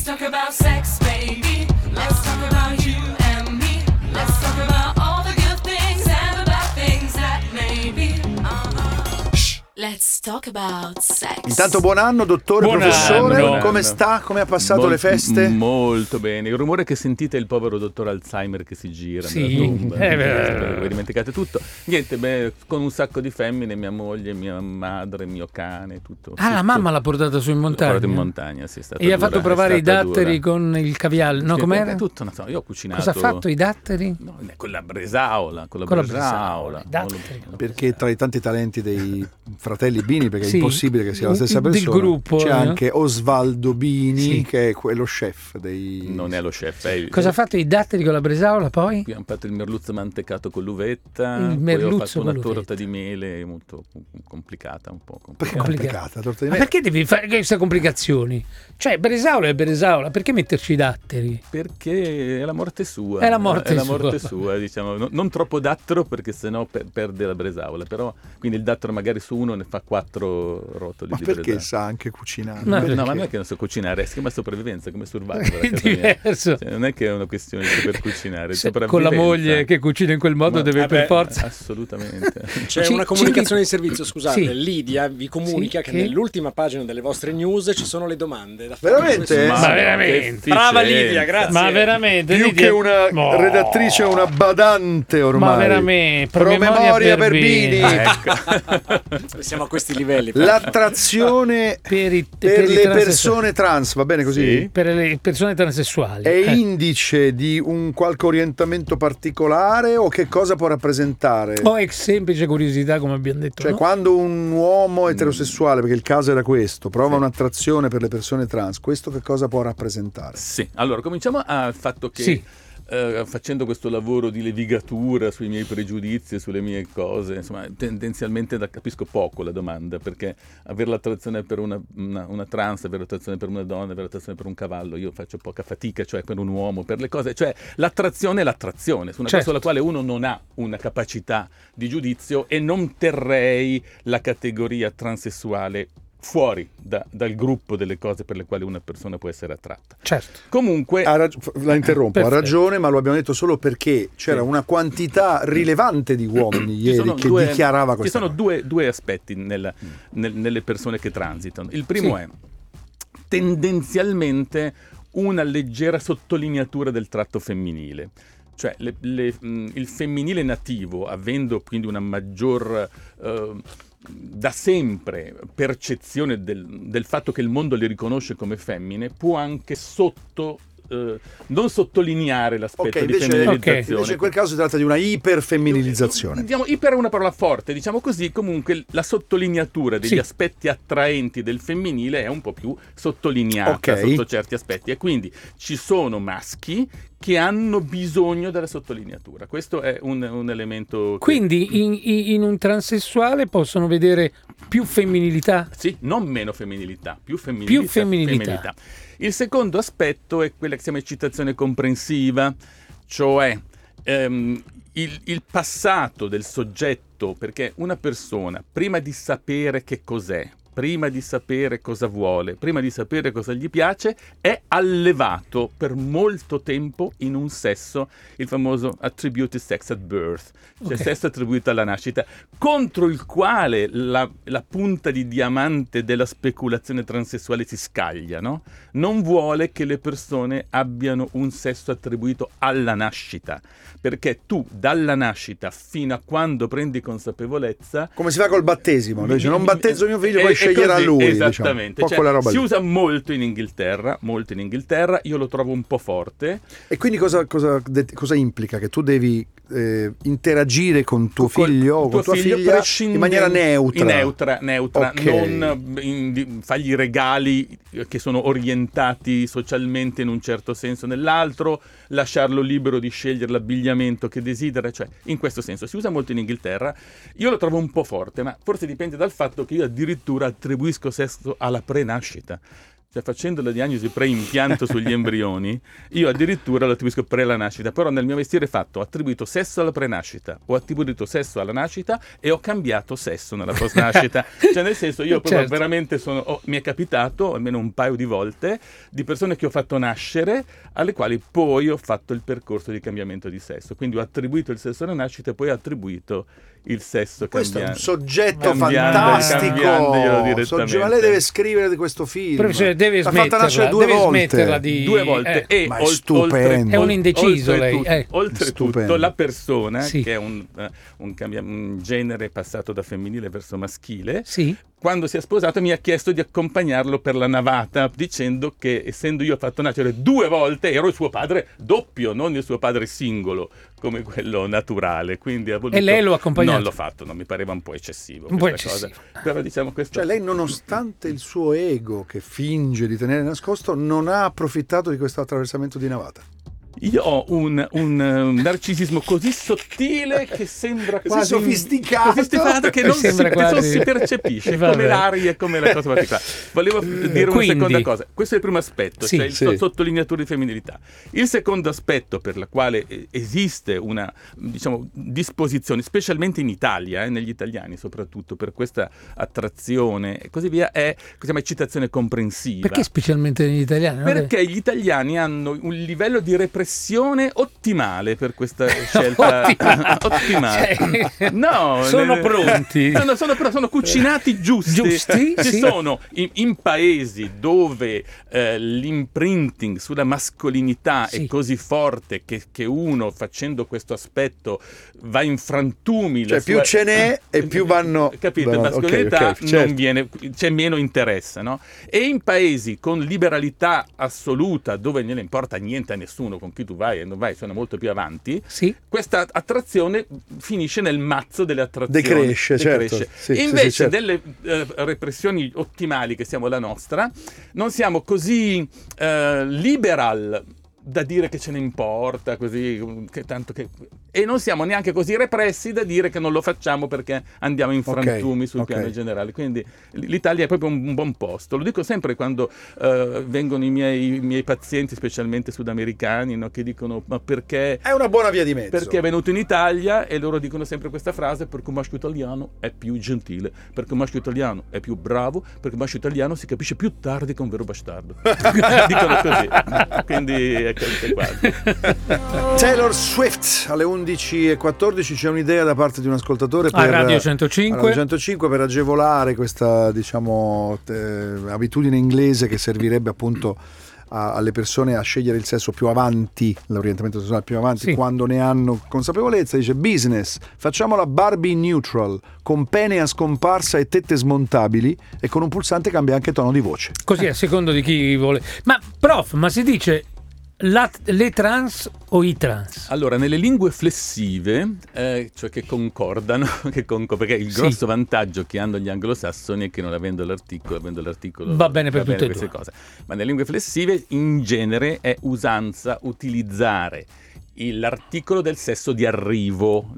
talk about sex, baby. Let's talk about you and me. Let's talk about all the good things and the bad things that may be. Shh, let's talk about sex. Intanto buon anno, dottore, Buon professore. anno. Come sta? Come ha passato le feste? Molto bene. Il rumore che sentite è il povero dottor Alzheimer che si gira Sì, nella tomba. è vero. Voi dimenticate tutto. Niente, con un sacco di femmine, mia moglie, mia madre, mio cane, tutto. Ah, la mamma l'ha portata su in montagna. L'ho portato in montagna, sì, è stata E gli ha dura, fatto è provare i stata datteri dura. con il caviale. No, Sì, com'era? è tutto, non so, io ho cucinato. Cosa ha fatto i datteri? No, con la bresaola. Con la Con la bresaola. bresaola, i datteri. Perché tra i tanti talenti dei fratelli Bini, perché Sì. è impossibile che sia la stessa Del persona, gruppo, c'è no? anche Osvaldo Bini, Sì. che è lo chef dei... Non è lo chef, è il... Cosa ha fatto i datteri con la bresaola poi? Qui abbiamo fatto il merluzzo mantecato con l'uvetta, Il poi ho merluzzo fatto una con l'uvetta. torta di mele molto complicata, un po' Perché complicata. complicata, torta di Ma me. perché devi fare queste complicazioni? Cioè, bresaola è bresaola, perché metterci i datteri? Perché è la morte sua. È la morte sua, diciamo. Non troppo dattero perché sennò perde la bresaola, però quindi il dattero magari su uno ne fa 4 rotoli Ma di perché bresaola. sa anche cucinare? Ma Perché? No, ma non è che non so cucinare, si chiama sopravvivenza, come survival. a È casa mia. diverso. Cioè, non è che è una questione di saper cucinare, Se con la moglie che cucina in quel modo deve per forza. Assolutamente. C'è Ci- una comunicazione di servizio, scusate, Sì. Lidia vi comunica Sì, che che? nell'ultima pagina delle vostre news ci sono le domande da fare. Veramente? Ma- Ma veramente? che Brava efficienza. Lidia, grazie. Ma veramente? Più Lidia? che una No. redattrice, una badante ormai. Ma veramente? Promemoria per Bini. Ecco. Siamo a questi livelli. L'attrazione Per i le transessuali. persone trans, va bene così? Sì. Per le persone transessuali. È indice di un qualche orientamento particolare o che cosa può rappresentare? O è semplice curiosità, come abbiamo detto. Cioè, no? quando un uomo eterosessuale, perché il caso era questo, prova un'attrazione per le persone trans, questo che cosa può rappresentare? Sì, allora cominciamo al fatto che Sì. facendo questo lavoro di levigatura sui miei pregiudizi e sulle mie cose, insomma, tendenzialmente capisco poco la domanda, perché avere l'attrazione per una trans, avere l'attrazione per una donna, avere l'attrazione per un cavallo, io faccio poca fatica, cioè per un uomo, per le cose, cioè l'attrazione è l'attrazione, su una Certo. cosa sulla quale uno non ha una capacità di giudizio, e non terrei la categoria transessuale fuori dal gruppo delle cose per le quali una persona può essere attratta. Certo. Comunque La interrompo, ha Perfetto. ragione, ma lo abbiamo detto solo perché c'era una quantità rilevante di uomini Ci ieri sono che due- dichiarava Ci questa sono cosa. due aspetti nelle persone che transitano. Il primo Sì. è tendenzialmente una leggera sottolineatura del tratto femminile. Cioè il femminile nativo, avendo quindi una maggior da sempre percezione del fatto che il mondo le riconosce come femmine, può anche non sottolineare l'aspetto Ok, di invece, femminilizzazione. invece in quel caso si tratta di una iperfemminilizzazione. Diciamo, iper è una parola forte, diciamo così. Comunque la sottolineatura degli Sì. aspetti attraenti del femminile è un po' più sottolineata Ok. sotto certi aspetti, e quindi ci sono maschi che hanno bisogno della sottolineatura. Questo è un elemento che- Quindi in un transessuale possono vedere più femminilità? Sì, non meno femminilità, più femminilità. Più femminilità. Il secondo aspetto è quella che si chiama eccitazione comprensiva, cioè il passato del soggetto, perché una persona, prima di sapere che cos'è, prima di sapere cosa vuole, prima di sapere cosa gli piace, è allevato per molto tempo in un sesso, il famoso attributed sex at birth, cioè Ok. sesso attribuito alla nascita, contro il quale la punta di diamante della speculazione transessuale si scaglia, no? Non vuole che le persone abbiano un sesso attribuito alla nascita, perché tu dalla nascita fino a quando prendi consapevolezza Come si fa col battesimo? Lui dice, non battezzo mio figlio, poi è sceglierà così, lui. esattamente, Diciamo. Un po' quella roba si lì. usa molto in Inghilterra, io lo trovo un po' forte. E quindi cosa implica? Che tu devi interagire con tuo figlio o con tua figlia in maniera neutra. neutra, Ok. non fargli regali che sono orientati socialmente in un certo senso o nell'altro, lasciarlo libero di scegliere l'abbigliamento che desidera, cioè in questo senso si usa molto in Inghilterra. Io lo trovo un po' forte, ma forse dipende dal fatto che io addirittura attribuisco sesso alla prenascita. cioè facendo la diagnosi pre-impianto sugli embrioni, io addirittura lo attribuisco pre la nascita, però nel mio mestiere fatto ho attribuito sesso alla prenascita, ho attribuito sesso alla nascita e ho cambiato sesso nella post-nascita. Cioè nel senso, io proprio veramente mi è capitato almeno un paio di volte di persone che ho fatto nascere, alle quali poi ho fatto il percorso di cambiamento di sesso. Quindi ho attribuito il sesso alla nascita e poi ho attribuito il sesso questo cambiando. Questo è un soggetto fantastico. Ma lei deve scrivere di questo film. Professore, deve smetterla di... Due volte. E ma è stupendo. È un indeciso lei. Oltretutto la persona, che è un genere passato da femminile verso maschile, quando si è sposato mi ha chiesto di accompagnarlo per la navata, dicendo che essendo io fatto nascere 2 volte ero il suo padre doppio, non il suo padre singolo come quello naturale. Quindi ha voluto... E lei lo ha accompagnato? Non l'ho fatto, non mi pareva un po' eccessivo. Cosa. Però diciamo questo... Cioè lei, nonostante il suo ego che finge di tenere nascosto, non ha approfittato di questo attraversamento di navata. Io ho un narcisismo così sottile che sembra quasi sofisticato che non si percepisce, come l'aria, come la cosa particolare. Volevo dire una seconda cosa. Questo è il primo aspetto, cioè il sottolineatura di femminilità. Il secondo aspetto per la quale esiste una, diciamo, disposizione, specialmente in Italia, negli italiani soprattutto, per questa attrazione e così via, è si chiama eccitazione comprensiva. Perché specialmente negli italiani? Perché gli italiani hanno un livello di repressione ottimale per questa scelta. Ottimale. Sono pronti. Sono cucinati giusti. Ci sono in paesi dove l'imprinting sulla mascolinità è così forte che uno, facendo questo aspetto, va in frantumi. Cioè più ce n'è e più vanno... Capito? La mascolinità non viene, c'è meno interesse, no? E in paesi con liberalità assoluta, dove non importa niente a nessuno con chi tu vai e non vai, sono molto più avanti, questa attrazione finisce nel mazzo delle attrazioni. Decresce. Invece delle repressioni ottimali che siamo la nostra, non siamo così liberal da dire che ce ne importa, così, e non siamo neanche così repressi da dire che non lo facciamo perché andiamo in frantumi sul piano generale. Quindi l'Italia è proprio un buon posto. Lo dico sempre quando vengono i miei pazienti, specialmente sudamericani, no, che dicono: ma perché... È una buona via di mezzo. Perché è venuto in Italia, e loro dicono sempre questa frase: perché un maschio italiano è più gentile, perché un maschio italiano è più bravo, perché un maschio italiano si capisce più tardi che un vero bastardo. Dicono così. Quindi Taylor Swift alle 11:14. C'è un'idea da parte di un ascoltatore per Radio 105 per agevolare questa, diciamo, abitudine inglese che servirebbe appunto alle persone a scegliere il sesso più avanti, l'orientamento sessuale più avanti, quando ne hanno consapevolezza. Dice: business, facciamola Barbie neutral, con pene a scomparsa e tette smontabili, e con un pulsante cambia anche tono di voce. Così a secondo di chi vuole. Ma prof, ma si dice le trans o i trans? Allora, nelle lingue flessive, cioè che concordano, perché il grosso vantaggio che hanno gli anglosassoni è che non avendo l'articolo va bene per tutte e queste due cose. Ma nelle lingue flessive in genere è usanza utilizzare l'articolo del sesso di arrivo.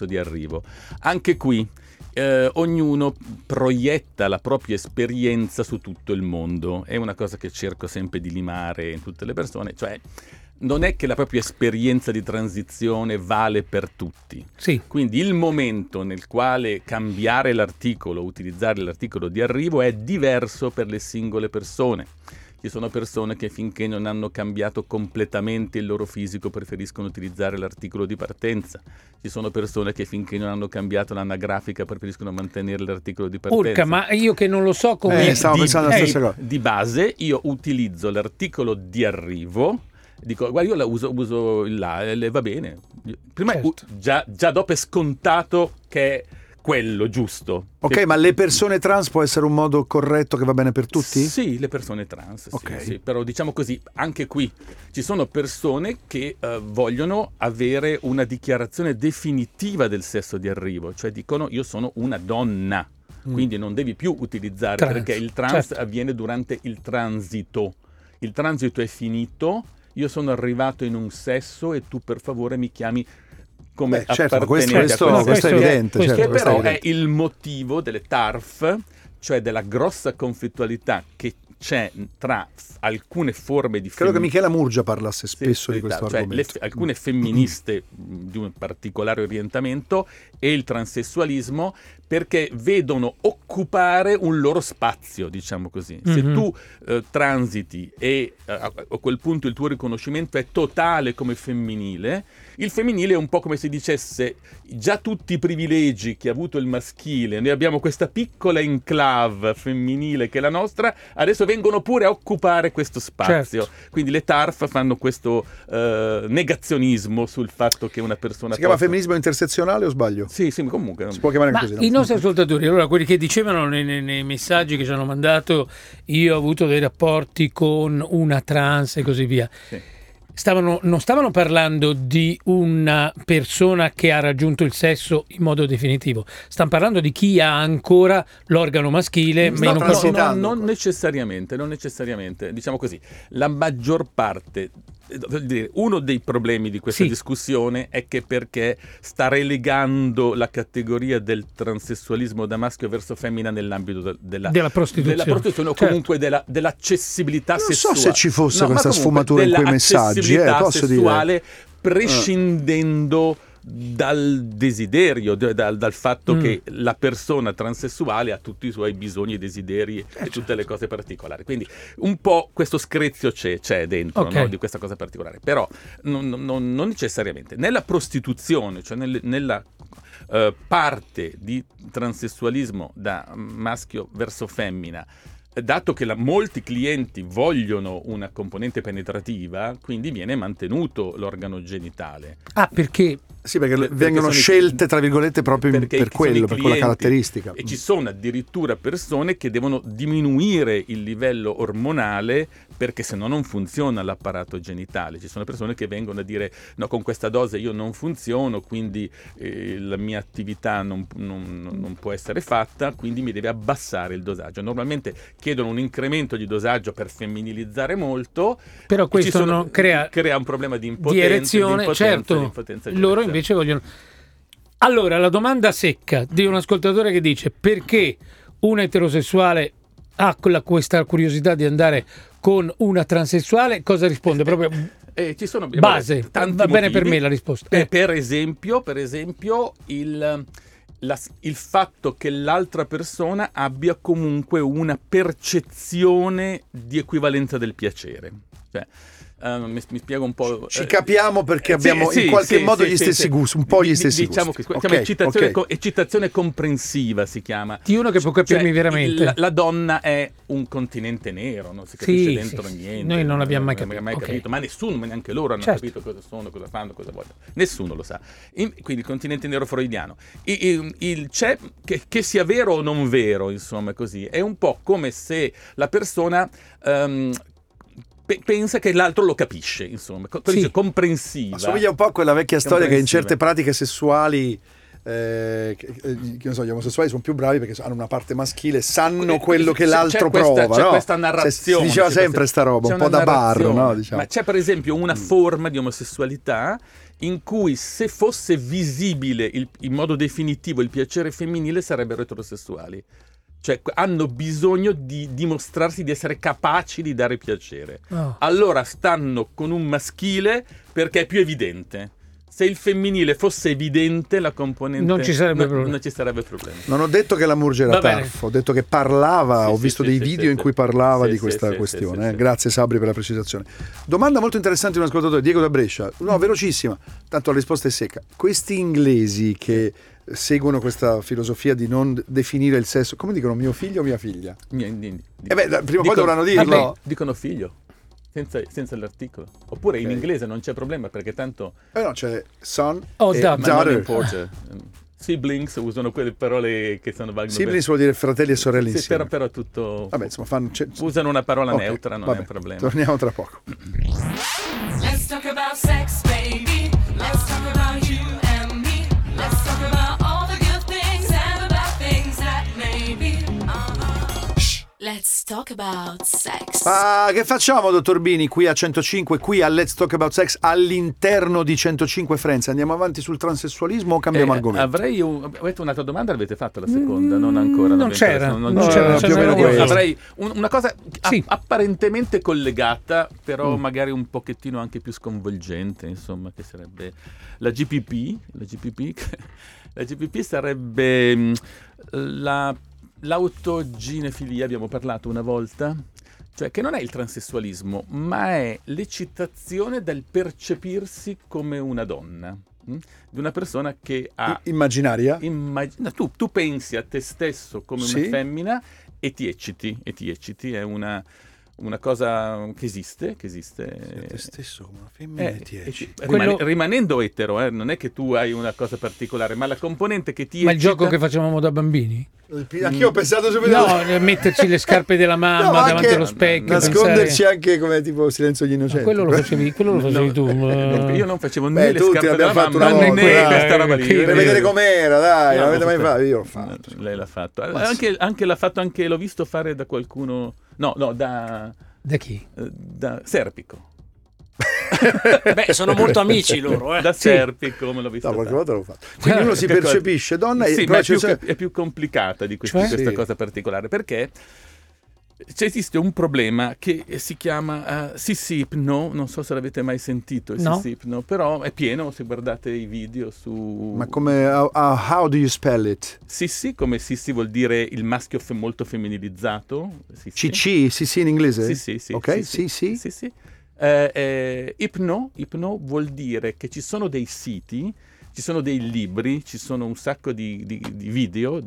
Anche qui ognuno proietta la propria esperienza su tutto il mondo. È una cosa che cerco sempre di limare in tutte le persone, cioè non è che la propria esperienza di transizione vale per tutti. Quindi il momento nel quale cambiare l'articolo, utilizzare l'articolo di arrivo è diverso per le singole persone. Ci sono persone che finché non hanno cambiato completamente il loro fisico preferiscono utilizzare l'articolo di partenza. Ci sono persone che finché non hanno cambiato l'anagrafica preferiscono mantenere l'articolo di partenza. Urca, ma io che non lo so come... Stavo pensando la stessa cosa. Di base io utilizzo l'articolo di arrivo, dico: guarda, io la uso là, va bene. Prima già dopo è scontato che è quello giusto. Ok, ma le persone trans può essere un modo corretto che va bene per tutti? Sì, le persone trans, sì. Però diciamo così, anche qui ci sono persone che vogliono avere una dichiarazione definitiva del sesso di arrivo, cioè dicono: io sono una donna, quindi non devi più utilizzare trans, perché il trans avviene durante il transito. Il transito è finito, io sono arrivato in un sesso e tu per favore mi chiami come appartenente a questo è evidente. Che però è il motivo delle TARF, cioè della grossa conflittualità che c'è tra alcune forme di Credo che Michela Murgia parlasse spesso di questo cioè argomento. alcune femministe di un particolare orientamento e il transessualismo, perché vedono occupare un loro spazio, diciamo così. Se tu transiti e a quel punto il tuo riconoscimento è totale come femminile, il femminile è un po' come se dicesse: già tutti i privilegi che ha avuto il maschile, noi abbiamo questa piccola enclave femminile che è la nostra, adesso vengono pure a occupare questo spazio. Certo. Quindi le TARF fanno questo negazionismo sul fatto che una persona Si chiama femminismo intersezionale o sbaglio? Sì, comunque. Si può chiamare Ma così, no? i nostri ascoltatori, allora, quelli che dicevano nei messaggi che ci hanno mandato, io ho avuto dei rapporti con una trans e così via. Sì. Non stavano parlando di una persona che ha raggiunto il sesso in modo definitivo, stanno parlando di chi ha ancora l'organo maschile. Non necessariamente, diciamo così, la maggior parte. Uno dei problemi di questa discussione è che perché sta relegando la categoria del transessualismo da maschio verso femmina nell'ambito della prostituzione o comunque dell'accessibilità sessuale. Non so se ci fosse questa sfumatura in quei messaggi, posso sessuale, dire. Prescindendo dal desiderio, dal fatto che la persona transessuale ha tutti i suoi bisogni e desideri e tutte le cose particolari. Quindi un po' questo screzio c'è dentro, no, di questa cosa particolare. Però non necessariamente. Nella prostituzione, cioè nella parte di transessualismo da maschio verso femmina, dato che molti clienti vogliono una componente penetrativa, quindi viene mantenuto l'organo genitale. Ah, perché? Sì, perché vengono scelte, tra virgolette, proprio per quello, per quella caratteristica. E ci sono addirittura persone che devono diminuire il livello ormonale perché se no non funziona l'apparato genitale. Ci sono persone che vengono a dire: no, con questa dose io non funziono, quindi la mia attività non può essere fatta, quindi mi deve abbassare il dosaggio. Normalmente chiedono un incremento di dosaggio per femminilizzare molto, però questo crea un problema di impotenza, di erezione, certo. Loro invece vogliono. Allora, la domanda secca di un ascoltatore che dice: perché un eterosessuale ha questa curiosità di andare con una transessuale? Cosa risponde? Proprio ci sono base. Va motivi. Bene per me la risposta. Per esempio il fatto che l'altra persona abbia comunque una percezione di equivalenza del piacere. Cioè, mi spiego un po'. Ci capiamo perché abbiamo in qualche modo gli stessi gusti, un po' gli stessi diciamo gusti. Che eccitazione comprensiva si chiama. Di uno che può capirmi veramente. La donna è un continente nero, non si capisce dentro niente. Noi non l'abbiamo mai capito, ma nessuno, neanche loro hanno capito cosa sono, cosa fanno, cosa vogliono. Nessuno lo sa. Quindi il continente nero freudiano. C'è che sia vero o non vero, insomma, così. È un po' come se la persona pensa che l'altro lo capisce, insomma, comprensiva. Assomiglia un po' a quella vecchia storia che in certe pratiche sessuali che non so, gli omosessuali sono più bravi perché hanno una parte maschile, sanno quello che l'altro prova, c'è no? questa narrazione, si diceva sempre sta roba, un po' da bar, no? Diciamo. Ma c'è per esempio una forma di omosessualità in cui se fosse visibile in modo definitivo il piacere femminile sarebbero eterosessuali. Cioè hanno bisogno di dimostrarsi di essere capaci di dare piacere. Allora stanno con un maschile perché è più evidente. Se il femminile fosse evidente, la componente non ci sarebbe problema. Non ho detto che la Murgia era TARF, ho detto che parlava, ho visto dei video in cui parlava di questa questione. Grazie Sabri per la precisazione. Domanda molto interessante di un ascoltatore, Diego da Brescia. No, velocissima, tanto la risposta è secca. Questi inglesi che seguono questa filosofia di non definire il sesso, come dicono, mio figlio o mia figlia? Prima o poi dovranno dirlo. Dicono figlio. Senza l'articolo. Oppure in inglese non c'è problema perché tanto no, c'è son e daughter. Siblings usano quelle parole che sono valide. Siblings vuol dire fratelli e sorelle insieme. Però tutto. Vabbè, insomma, usano una parola neutra, non è un problema. Torniamo tra poco. Let's talk about sex, baby. Let's talk about you and me. Let's talk about all the good things and the bad things that may be. let's talk about sex. Ma che facciamo, dottor Bini, qui a 105, qui a Let's Talk About Sex, all'interno di 105 Friends? Andiamo avanti sul transessualismo o cambiamo argomento? Avete un'altra domanda? L'avete fatta la seconda? Non ancora. Non c'era. Più o meno Io avrei una cosa Sì. apparentemente collegata, però magari un pochettino anche più sconvolgente, insomma, che sarebbe la GPP. La GPP sarebbe l'autoginefilia, abbiamo parlato una volta, cioè che non è il transessualismo, ma è l'eccitazione dal percepirsi come una donna, di una persona che ha... Immaginaria? Tu pensi a te stesso come una femmina e ti ecciti, è una cosa che esiste. Te stesso come una femmina e ti ecciti. Rimanendo etero, non è che tu hai una cosa particolare, ma la componente che ti Ma eccita... il gioco che facevamo da bambini? Anch'io ho pensato subito... No, metterci le scarpe della mamma davanti allo specchio. Nasconderci anche come tipo Silenzio degli Innocenti. Quello lo facevi tu. Io non facevo né le scarpe della fatto mamma una né volta, questa roba lì. per vedere com'era, dai, No, non l'avete mai aspetta. fatto? Io l'ho fatto. Lei l'ha fatto. Anche l'ha fatto, anche l'ho visto fare da qualcuno. No, da chi? Da Serpico. Beh, sono molto amici loro, Da Serpico me l'ho visto. No, qualche fare. volta l'ho fatto. Quindi uno si percepisce donna e Sì, però ma è più complicata di questa Sì. cosa particolare, perché esiste un problema che si chiama Sissipno, non so se l'avete mai sentito il No. Sissipno, però è pieno se guardate i video su... Ma come how do you spell it? Sissi, come Sissi vuol dire il maschio molto femminilizzato. Sissi. CC in inglese? Sì. Ok, sì. sì. Ipno vuol dire che ci sono dei siti, ci sono dei libri, ci sono un sacco di video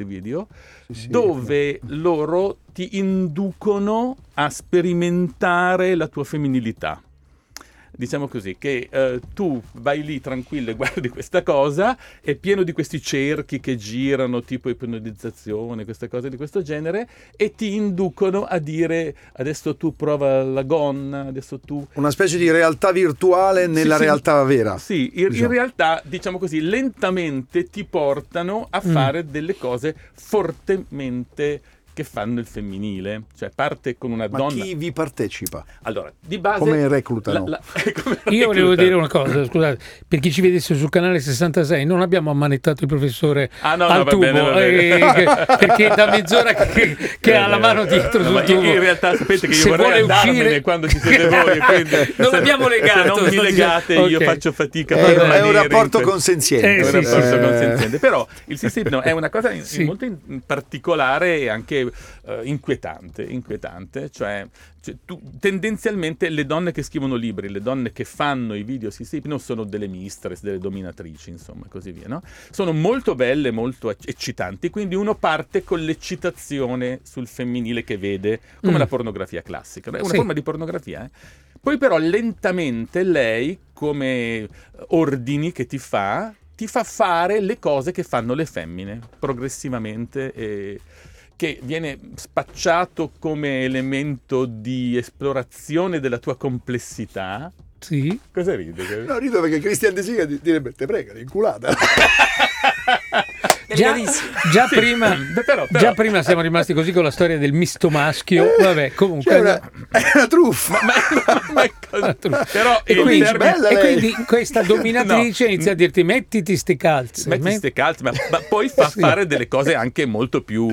dove loro ti inducono a sperimentare la tua femminilità. Diciamo così, che tu vai lì tranquillo e guardi questa cosa, è pieno di questi cerchi che girano, tipo ipnotizzazione, queste cose di questo genere, e ti inducono a dire adesso tu prova la gonna, adesso tu... Una specie di realtà virtuale nella realtà vera. Sì, in realtà, diciamo così, lentamente ti portano a fare delle cose fortemente che fanno il femminile, cioè parte con una donna. Ma chi vi partecipa? Allora, di base come reclutano? Io volevo dire una cosa, scusate, per chi ci vedesse sul canale 66, non abbiamo ammanettato il professore al tubo, va bene. perché da mezz'ora che ha la mano dietro sul tubo. In realtà sapete che io Se vorrei vuole andarmene uscire... quando ci siete voi, quindi non l'abbiamo legato. Se non mi legate io faccio fatica a È rimanere un rapporto consenziente. consenziente. Però il Sissipno è una cosa molto particolare e anche inquietante, cioè tendenzialmente le donne che scrivono libri, le donne che fanno i video Sissipno sono delle mistress, delle dominatrici, insomma, così via, no? Sono molto belle, molto eccitanti, quindi uno parte con l'eccitazione sul femminile che vede, come la pornografia classica, è una forma di pornografia, Poi però lentamente lei, come ordini che ti fa fare le cose che fanno le femmine, progressivamente, che viene spacciato come elemento di esplorazione della ua complessità. Sì. Cosa ride? No, rido perché Christian De Sica direbbe te prega, l'inculata. Già prima siamo rimasti così con la storia del misto maschio. Vabbè, comunque è una truffa. Però quindi questa dominatrice inizia a dirti mettiti ste calze, ma poi fa fare delle cose anche molto più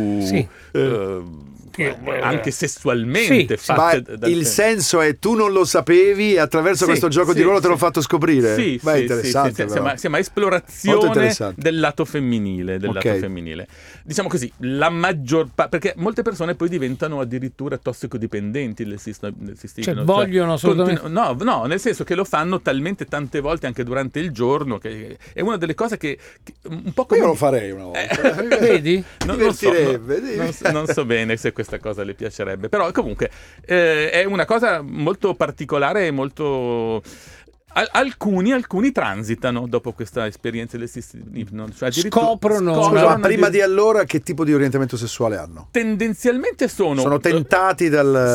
anche sessualmente fatte il senso è tu non lo sapevi e attraverso questo gioco di ruolo te l'ho fatto scoprire. Interessante. Siamo esplorazione del lato femminile, diciamo così, la maggior perché molte persone poi diventano addirittura tossicodipendenti del sistema, cioè vogliono assolutamente no, nel senso che lo fanno talmente tante volte anche durante il giorno che è una delle cose che un po' come io lo farei una volta. Vedi? Non so bene se questa cosa le piacerebbe, però comunque è una cosa molto particolare e molto Alcuni transitano dopo questa esperienza dell'assisted hypnosis, cioè scoprono. Scusa, prima di allora che tipo di orientamento sessuale hanno? Tendenzialmente sono tentati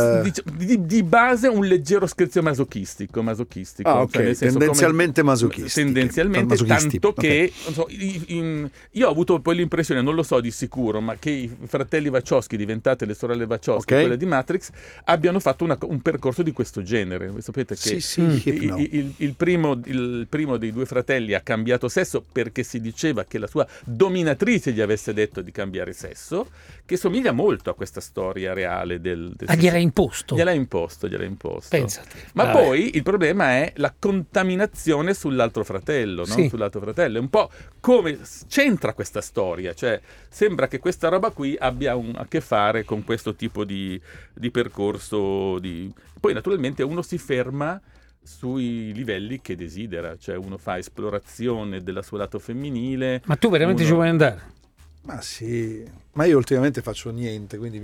di base un leggero scherzio masochistico. Ah, ok, cioè nel senso, tendenzialmente masochisti. Tendenzialmente, tanto che non so, io ho avuto poi l'impressione, non lo so di sicuro, ma che i fratelli Wachowski, diventate le sorelle Wachowski, quelle di Matrix, abbiano fatto un percorso di questo genere. Voi sapete che il primo dei due fratelli ha cambiato sesso perché si diceva che la sua dominatrice gli avesse detto di cambiare sesso, che somiglia molto a questa storia reale del gliel'ha imposto. Gliel'ha imposto. Pensate. Ma poi il problema è la contaminazione sull'altro fratello, no? Sull'altro fratello. È un po' come c'entra questa storia, cioè sembra che questa roba qui abbia a che fare con questo tipo di percorso. Poi naturalmente uno si ferma sui livelli che desidera, cioè uno fa esplorazione del suo lato femminile. Ma tu veramente ci vuoi andare? Ma sì, ma io ultimamente faccio niente, quindi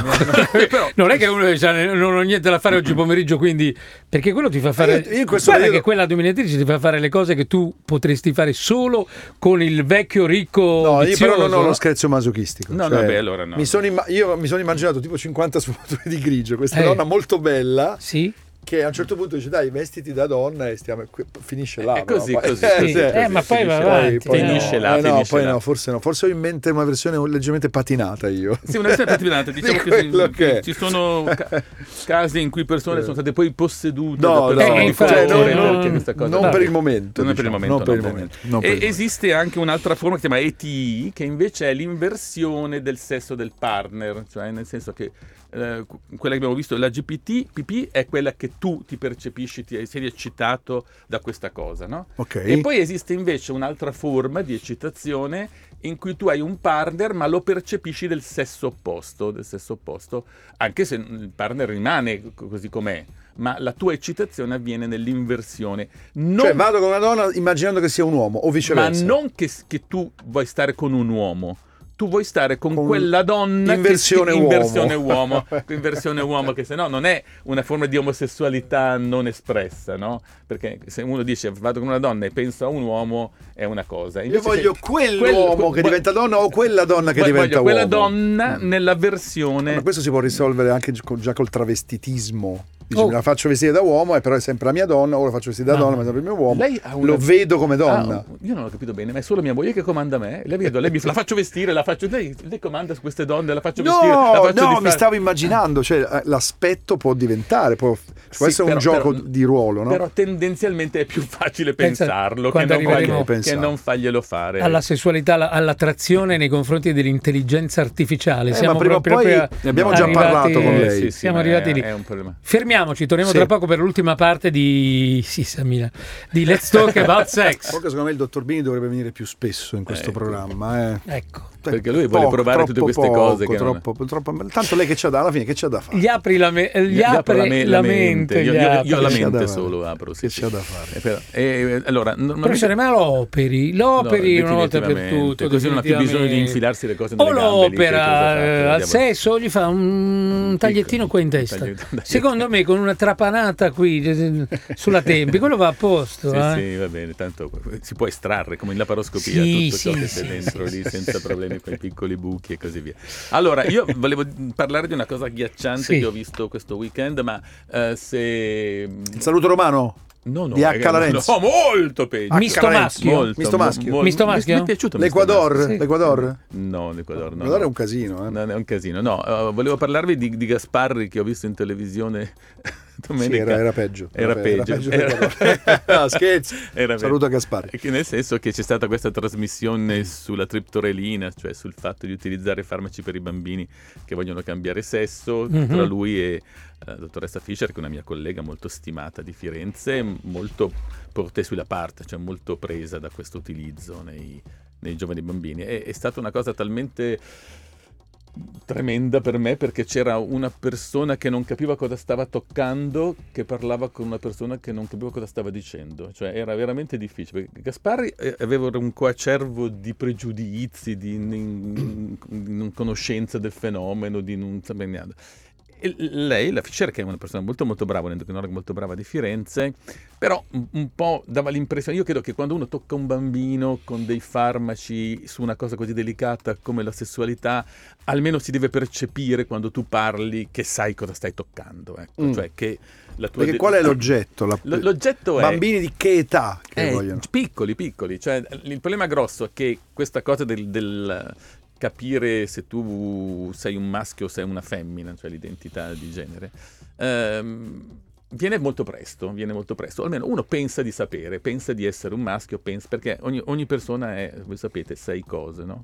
però non è che uno dice non ho niente da fare oggi pomeriggio, quindi perché quello ti fa fare che quella dominatrice ti fa fare le cose che tu potresti fare solo con il vecchio ricco vizioso. Io però non ho lo scherzo masochistico. Allora no. Io mi sono immaginato tipo 50 sfumature di grigio, questa donna molto bella. Sì. Che a un certo punto dice dai, vestiti da donna e finisce là. È così. Ma poi va avanti. Finisce là. Forse ho in mente una versione leggermente patinata io. Sì, una versione patinata. Diciamo che ci sono casi in cui persone sono state poi possedute da persone di colore. Non per il momento. Non per il momento. E esiste anche un'altra forma che si chiama ETI, che invece è l'inversione del sesso del partner, cioè nel senso che quella che abbiamo visto, la GPP è quella che tu ti percepisci, sei eccitato da questa cosa, no? Okay. E poi esiste invece un'altra forma di eccitazione in cui tu hai un partner ma lo percepisci del sesso opposto, anche se il partner rimane così com'è, ma la tua eccitazione avviene nell'inversione. Cioè vado con una donna immaginando che sia un uomo o viceversa. Ma non che tu vuoi stare con un uomo. Tu vuoi stare con quella donna in versione uomo, che se no non è una forma di omosessualità non espressa, no? Perché se uno dice vado con una donna e penso a un uomo è una cosa. Invece io voglio quell'uomo che diventa donna o quella donna che diventa uomo. Quella donna nella versione. Ma questo si può risolvere anche già col travestitismo. Dice, la faccio vestire da uomo, però è sempre la mia donna, o la faccio vestire da donna, ma è sempre il mio uomo. Lo vedo come donna. Io non ho capito bene, ma è solo mia moglie che comanda me. Lei la faccio vestire, lei comanda su queste donne, la faccio vestire. Mi stavo immaginando, cioè l'aspetto può diventare, può essere un gioco di ruolo, no? Però tendenzialmente è più facile pensarlo che non farglielo fare. Alla sessualità, all'attrazione nei confronti dell'intelligenza artificiale. Ma prima o poi ne abbiamo già parlato con lei. Siamo arrivati lì. È un problema. Fermiamoci, torniamo tra poco per l'ultima parte di Let's Talk About Sex. Secondo me il dottor Bini dovrebbe venire più spesso in questo programma. Ecco. Perché lui vuole provare tutte queste cose. Troppo. Tanto lei che c'ha alla fine che c'ha da fare? Gli apre la mente. Io la mente solo apro. Che c'ha da fare? Allora, professore, ma l'operi una volta per tutte. Così non ha più bisogno di infilarsi le cose nelle gambe. O l'opera al sesso, gli fa un tagliettino qua in testa. Secondo me con una trapanata qui sulla tempia, quello va a posto. Sì, va bene, tanto si può estrarre come in laparoscopia tutto ciò che c'è dentro lì senza problemi, quei piccoli buchi e così via. Allora, io volevo parlare di una cosa agghiacciante che ho visto questo weekend, ma se... Il saluto romano? No, di H. Larenz. No, molto peggio. Misto maschio? Misto maschio? Misto maschio? Mi è piaciuto L'Equador? Sì. L'Equador? No, l'Equador no. L'Equador è un casino. No, è un casino. No, volevo parlarvi di Gasparri che ho visto in televisione domenica. Sì, era peggio. Era peggio. No, scherzo. Saluto a Gasparri. Nel senso che c'è stata questa trasmissione sulla triptorelina, cioè sul fatto di utilizzare farmaci per i bambini che vogliono cambiare sesso, tra lui e la dottoressa Fischer, che è una mia collega molto stimata di Firenze, molto portée sulla parte, cioè molto presa da questo utilizzo nei giovani bambini. È stata una cosa talmente tremenda per me, perché c'era una persona che non capiva cosa stava toccando, che parlava con una persona che non capiva cosa stava dicendo, cioè era veramente difficile, perché Gasparri aveva un coacervo di pregiudizi, di non conoscenza del fenomeno, di non sapere niente. lei, la Fischer, che è una persona molto molto brava, un'endocrinologa molto brava di Firenze, però un po' dava l'impressione, io credo che quando uno tocca un bambino con dei farmaci su una cosa così delicata come la sessualità, almeno si deve percepire quando tu parli che sai cosa stai toccando, ecco. Cioè che la tua perché qual è l'oggetto? L'oggetto è bambini di che età che vogliono? Piccoli, cioè il problema grosso è che questa cosa del capire se tu sei un maschio o sei una femmina, cioè l'identità di genere, viene molto presto, o almeno uno pensa di sapere, pensa di essere un maschio, perché ogni persona è, voi sapete, 6 cose, no?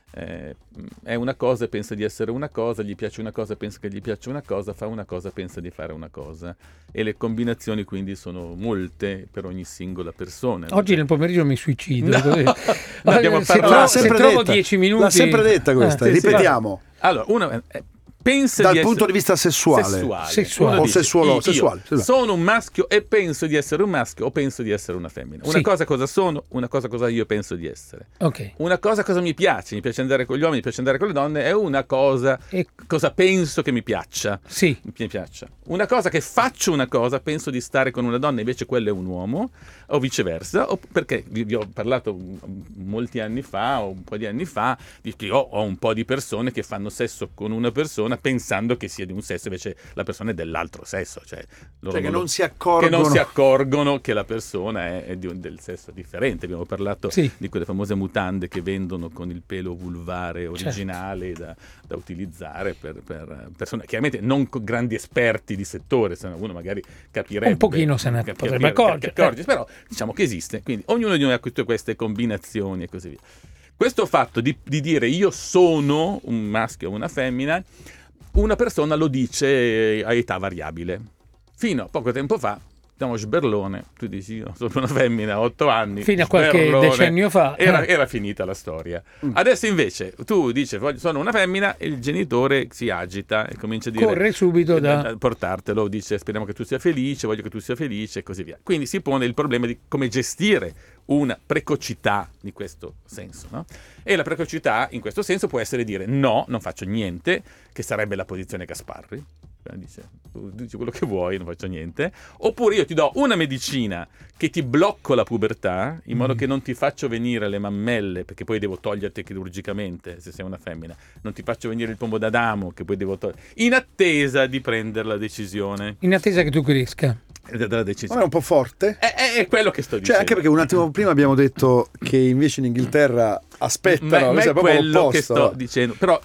È una cosa e pensa di essere una cosa, gli piace una cosa e pensa che gli piace una cosa, fa una cosa e pensa di fare una cosa, e le combinazioni quindi sono molte per ogni singola persona. Oggi nel pomeriggio mi suicido. Abbiamo parlato. Se trovo 10 minuti. L'ha sempre detta questa, ripetiamo. Allora, uno pensa dal punto di vista sessuale. O sessuale. Sono un maschio e penso di essere un maschio o penso di essere una femmina. Una cosa cosa sono, una cosa cosa io penso di essere. Okay. Una cosa cosa mi piace andare con gli uomini, mi piace andare con le donne, è una cosa cosa penso che mi piaccia. Sì. Mi piaccia. Una cosa che faccio una cosa, penso di stare con una donna, invece quello è un uomo, o viceversa, perché vi ho parlato molti anni fa, o un po' di anni fa, di che ho un po' di persone che fanno sesso con una persona pensando che sia di un sesso, invece la persona è dell'altro sesso, cioè che non si accorgono che la persona è del sesso differente. Abbiamo parlato di quelle famose mutande che vendono con il pelo vulvare originale, da utilizzare per persone chiaramente non grandi esperti di settore, se no uno magari capirebbe un pochino, se ne potrebbe accorgere, però diciamo che esiste, quindi ognuno di noi ha tutte queste combinazioni e così via. Questo fatto di dire io sono un maschio o una femmina, una persona lo dice a età variabile. Fino a poco tempo fa, siamo sberlone, tu dici io sono una femmina a 8 anni. Fino a qualche decennio fa. Era finita la storia. Adesso invece tu dici sono una femmina e il genitore si agita e comincia a dire... Corre subito da portartelo, dice speriamo che tu sia felice, voglio che tu sia felice e così via. Quindi si pone il problema di come gestire una precocità di questo senso, no? E la precocità in questo senso può essere dire no, non faccio niente, che sarebbe la posizione Gasparri. Dice, tu dici quello che vuoi, non faccio niente. Oppure io ti do una medicina che ti blocco la pubertà in modo che non ti faccio venire le mammelle, perché poi devo toglierti chirurgicamente se sei una femmina, non ti faccio venire il pomo d'Adamo che poi devo togliere, in attesa di prendere la decisione, in attesa che tu cresca. Ma è un po' forte. È quello che sto dicendo. Cioè, anche perché un attimo prima abbiamo detto che invece in Inghilterra aspettano, ma è quello che sto dicendo. Però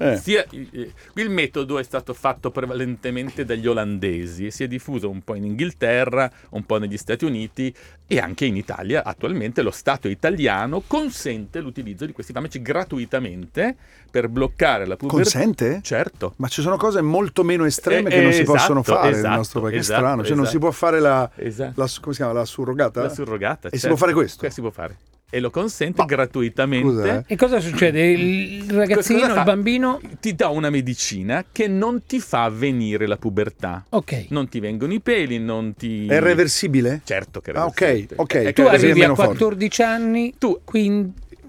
il metodo è stato fatto prevalentemente dagli olandesi e si è diffuso un po' in Inghilterra, un po' negli Stati Uniti e anche in Italia. Attualmente lo Stato italiano consente l'utilizzo di questi farmaci gratuitamente per bloccare la pubertà. Consente? Certo. Ma ci sono cose molto meno estreme che non si possono fare nel nostro paese. È strano, cioè non si può fare la come si chiama, la surrogata? La surrogata, e si può fare questo? Si può fare. E lo consente gratuitamente. Scusa, E cosa succede? Il ragazzino, il bambino ti dà una medicina che non ti fa venire la pubertà. Ok. Non ti vengono i peli, non ti... È reversibile? Certo che è reversibile. Ok. Tu arrivi a 14 anni, quindi...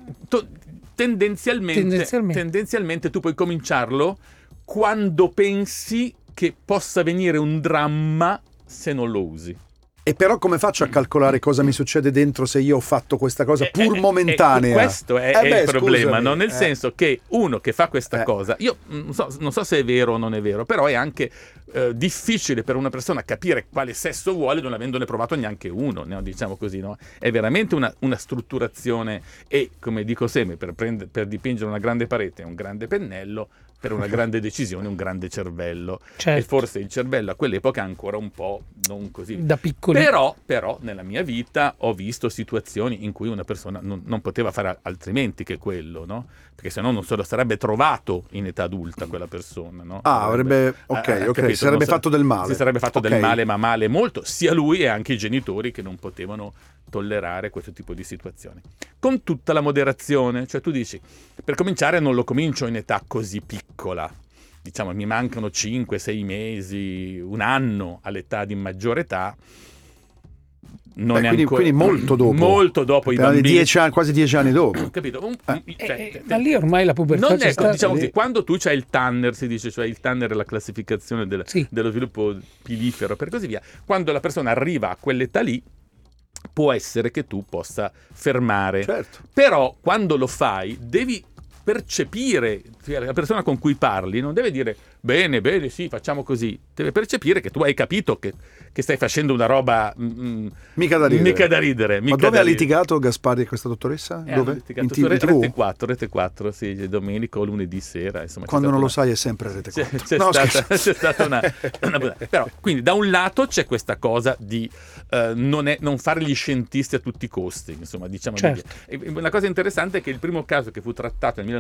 Tendenzialmente tu puoi cominciarlo quando pensi che possa venire un dramma se non lo usi. E però come faccio a calcolare cosa mi succede dentro se io ho fatto questa cosa pur momentanea? Questo è il problema, no? Nel senso che uno che fa questa cosa, io non so se è vero o non è vero, però è anche difficile per una persona capire quale sesso vuole non avendone provato neanche uno, no? Diciamo così, no? È veramente una strutturazione e, come dico sempre, per dipingere una grande parete un grande pennello, per una grande decisione un grande cervello. Certo. E forse il cervello a quell'epoca ancora un po' non così da piccoli. Però nella mia vita ho visto situazioni in cui una persona non poteva fare altrimenti che quello, no? Perché sennò non se lo sarebbe trovato in età adulta quella persona, no? Avrebbe si sarebbe fatto del male. Si sarebbe fatto del male, ma male molto, sia lui e anche i genitori che non potevano tollerare questo tipo di situazioni. Con tutta la moderazione, cioè tu dici, per cominciare non lo comincio in età così piccola, diciamo mi mancano 5-6 mesi, un anno all'età di maggiore età, non è ancora, quindi molto dopo i bambini, quasi 10 anni dopo, capito? Ma lì ormai la pubertà non c'è stata. Diciamo che quando tu c'hai il Tanner, si dice, cioè il Tanner è la classificazione dello sviluppo pilifero per così via, quando la persona arriva a quell'età lì può essere che tu possa fermare, certo. Però quando lo fai devi percepire, cioè la persona con cui parli non deve dire bene, sì, facciamo così, deve percepire che tu hai capito che stai facendo una roba mica da ridere. Ma dove ha litigato Gasparri e questa dottoressa? Dove? In Rete 4, sì, Domenico, lunedì sera, insomma. Quando non lo sai è sempre Rete 4. C'è stata una però, quindi da un lato c'è questa cosa di non fare gli scientisti a tutti i costi, insomma, diciamo. Certo. Una cosa interessante è che il primo caso che fu trattato nel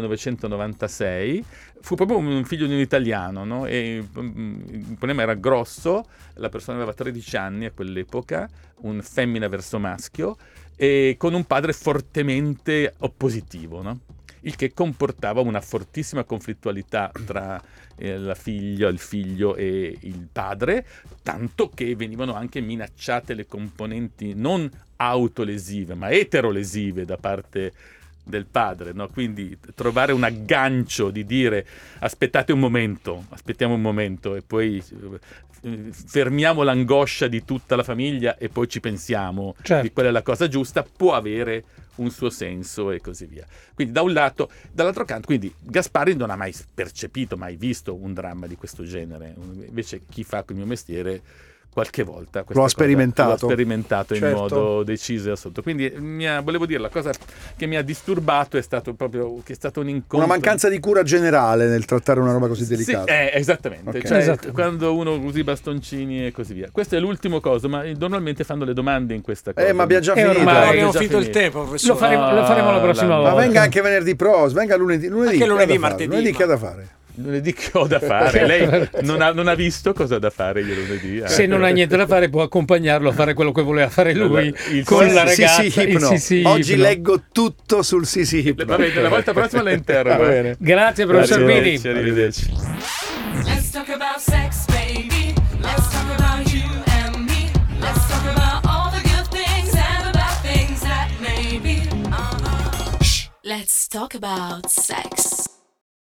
1996 fu proprio un figlio di un italiano, no? E il problema era grosso, la persona aveva 13 anni a quell'epoca, un femmina verso maschio, e con un padre fortemente oppositivo, no? Il che comportava una fortissima conflittualità tra il figlio e il padre, tanto che venivano anche minacciate le componenti non autolesive ma eterolesive da parte del padre, no? Quindi trovare un aggancio di dire aspettiamo un momento e poi fermiamo l'angoscia di tutta la famiglia e poi ci pensiamo, certo. Di quella è la cosa giusta, può avere un suo senso e così via. Quindi da un lato, dall'altro canto, quindi Gasparri non ha mai percepito, mai visto un dramma di questo genere, invece chi fa il mio mestiere qualche volta l'ho sperimentato certo. In modo deciso e assoluto. Quindi volevo dire, la cosa che mi ha disturbato è stato proprio che è stato un incontro, una mancanza di cura generale nel trattare una roba così delicata. Sì, esattamente, okay. Cioè, esattamente. Quando uno usa i bastoncini e così via. Questo è l'ultimo cosa, ma normalmente fanno le domande in questa cosa. Ma abbiamo già finito. Ormai abbiamo finito il tempo, professore. Lo faremo la prossima volta. Ma venga anche venerdì prossimo, venga lunedì anche lunedì, martedì. Lunedì che ha da fare? Lunedì che ho da fare, lei non ha visto cosa ha da fare io lunedì. Se non ha niente da fare può accompagnarlo a fare quello che voleva fare lui con la ragazza. Oggi leggo tutto sul Sisi Hypno. Vabbè, la volta prossima la interrogo. Grazie professor Bini. Arrivederci. Let's talk about sex, baby. Let's talk about you and me. Let's talk about all the good things and the bad things that may be. Shh. Let's talk about sex.